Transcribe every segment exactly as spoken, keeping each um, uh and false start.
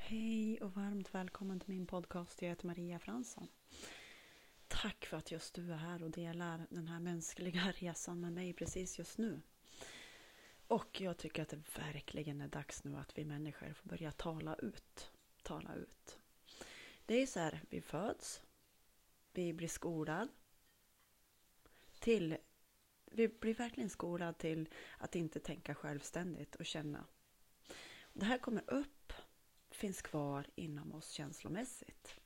Hej och varmt välkommen till min podcast. Jag heter Maria Fransson. Tack för att just du är här och delar den här mänskliga resan med mig precis just nu. Och jag tycker att det verkligen är dags nu att vi människor får börja tala ut. Tala ut. Det är så här, vi föds, vi blir skolad till, vi blir verkligen skolad till att inte tänka självständigt och känna. Det här kommer upp, finns kvar inom oss känslomässigt.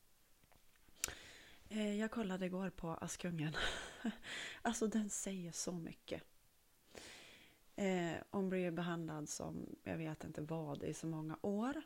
Jag kollade igår på Askungen. Alltså den säger så mycket. Hon blir behandlad som jag vet inte vad i så många år.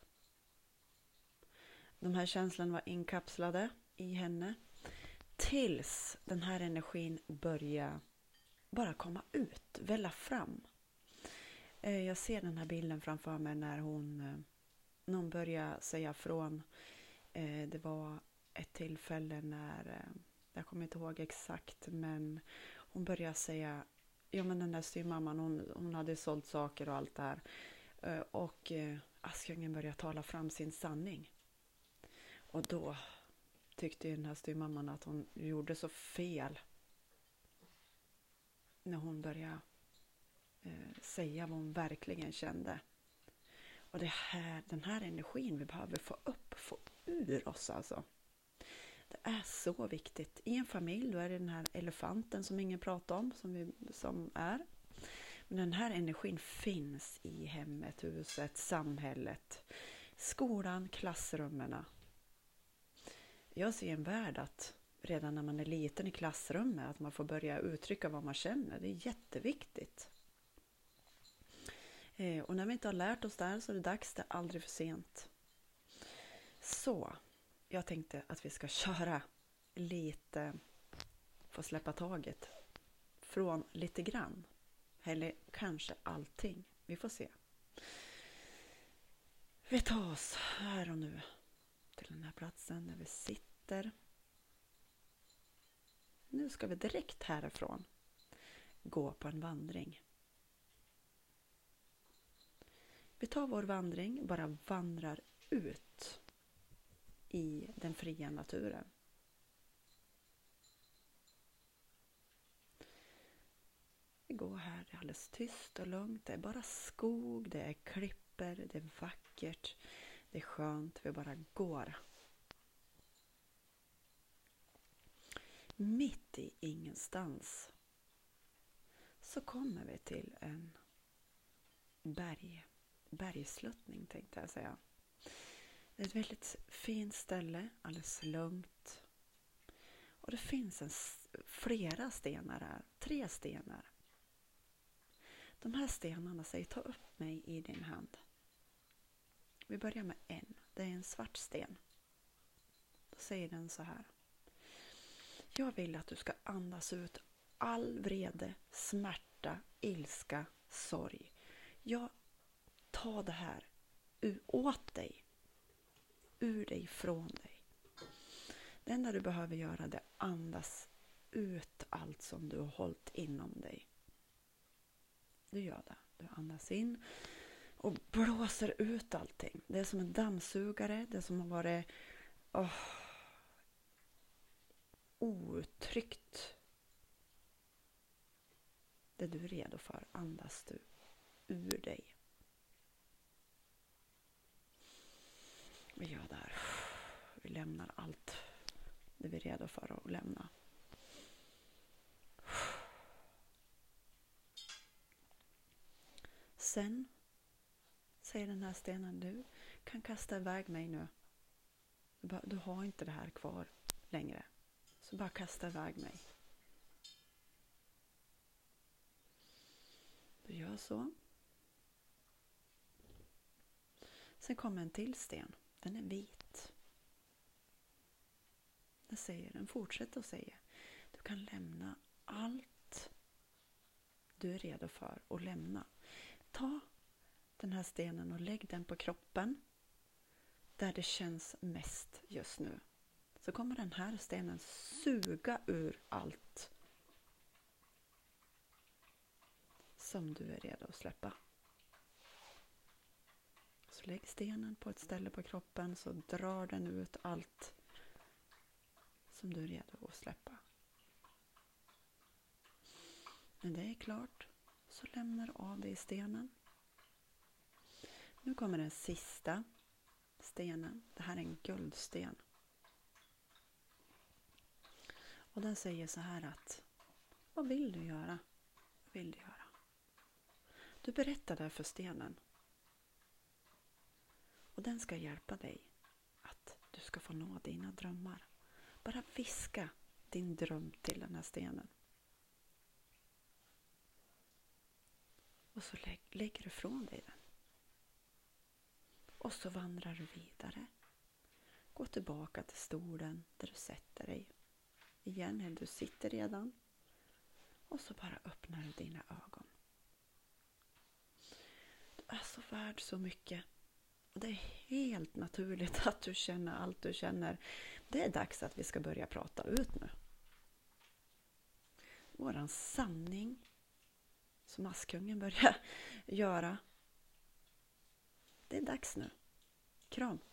De här känslorna var inkapslade i henne. Tills den här energin börjar bara komma ut, välla fram. Jag ser den här bilden framför mig när hon, när hon börjar säga från. Det var ett tillfälle när, jag kommer inte ihåg exakt, men hon började säga, ja men den där styvmamman, hon, hon hade sålt saker och allt det här. Och Askungen började tala fram sin sanning. Och då tyckte den här styvmamman att hon gjorde så fel. När hon började eh, säga vad hon verkligen kände. Och det här, den här energin vi behöver få upp, få ur oss alltså. Det är så viktigt. I en familj då är det den här elefanten som ingen pratar om, som, vi, som är. Men den här energin finns i hemmet, huset, samhället, skolan, klassrummen. Jag ser en värld att redan när man är liten i klassrummet att man får börja uttrycka vad man känner. Det är jätteviktigt. Eh, och när vi inte har lärt oss där så är det dags, det är aldrig för sent. Så, jag tänkte att vi ska köra lite, få släppa taget från lite grann. Eller kanske allting. Vi får se. Vi tar oss här och nu till den här platsen där vi sitter. Nu ska vi direkt härifrån gå på en vandring. Vi tar vår vandring, bara vandrar ut i den fria naturen. Vi går här, det är alldeles tyst och lugnt. Det är bara skog, det är klippor, det är vackert, det är skönt. Vi bara går. Mitt i ingenstans så kommer vi till en berg, bergsluttning tänkte jag säga. Det är ett väldigt fint ställe, alldeles lugnt. Och det finns en, flera stenar här, tre stenar. De här stenarna säger ta upp mig i din hand. Vi börjar med en, det är en svart sten. Då säger den så här. Jag vill att du ska andas ut all vrede, smärta, ilska, sorg. Jag tar det här ur, åt dig, ur dig, från dig. Det enda du behöver göra är att andas ut allt som du har hållit inom dig. Du gör det. Du andas in och blåser ut allting. Det är som en dammsugare, det som har varit oh, outtryckt. Det du är redo för, andas du ur dig. Vi gör där. Vi lämnar allt det vi är redo för att lämna. Sen säger den här stenen, du kan kasta iväg mig nu. Du, bara, du har inte det här kvar längre. Så bara kasta iväg mig. Du gör så. Sen kommer en till sten. Den är vit. Den säger, den fortsätter att säga. Du kan lämna allt du är redo för att lämna. Ta den här stenen och lägg den på kroppen. Där det känns mest just nu. Så kommer den här stenen suga ur allt som du är redo att släppa. Så lägg stenen på ett ställe på kroppen, så drar den ut allt som du är redo att släppa. När det är klart så lämnar du av dig stenen. Nu kommer den sista stenen. Det här är en guldsten. Och den säger så här att, vad vill du göra? Vad vill du göra? Du berättar det för stenen. Och den ska hjälpa dig att du ska få nå dina drömmar. Bara viska din dröm till den här stenen. Och så lä- lägger du från dig den. Och så vandrar du vidare. Gå tillbaka till stolen där du sätter dig. Igen, eller du sitter redan. Och så bara öppnar du dina ögon. Du är så värd så mycket. Och det är helt naturligt att du känner allt du känner. Det är dags att vi ska börja prata ut nu. Våran sanning som Askungen börjar göra. Det är dags nu. Kram.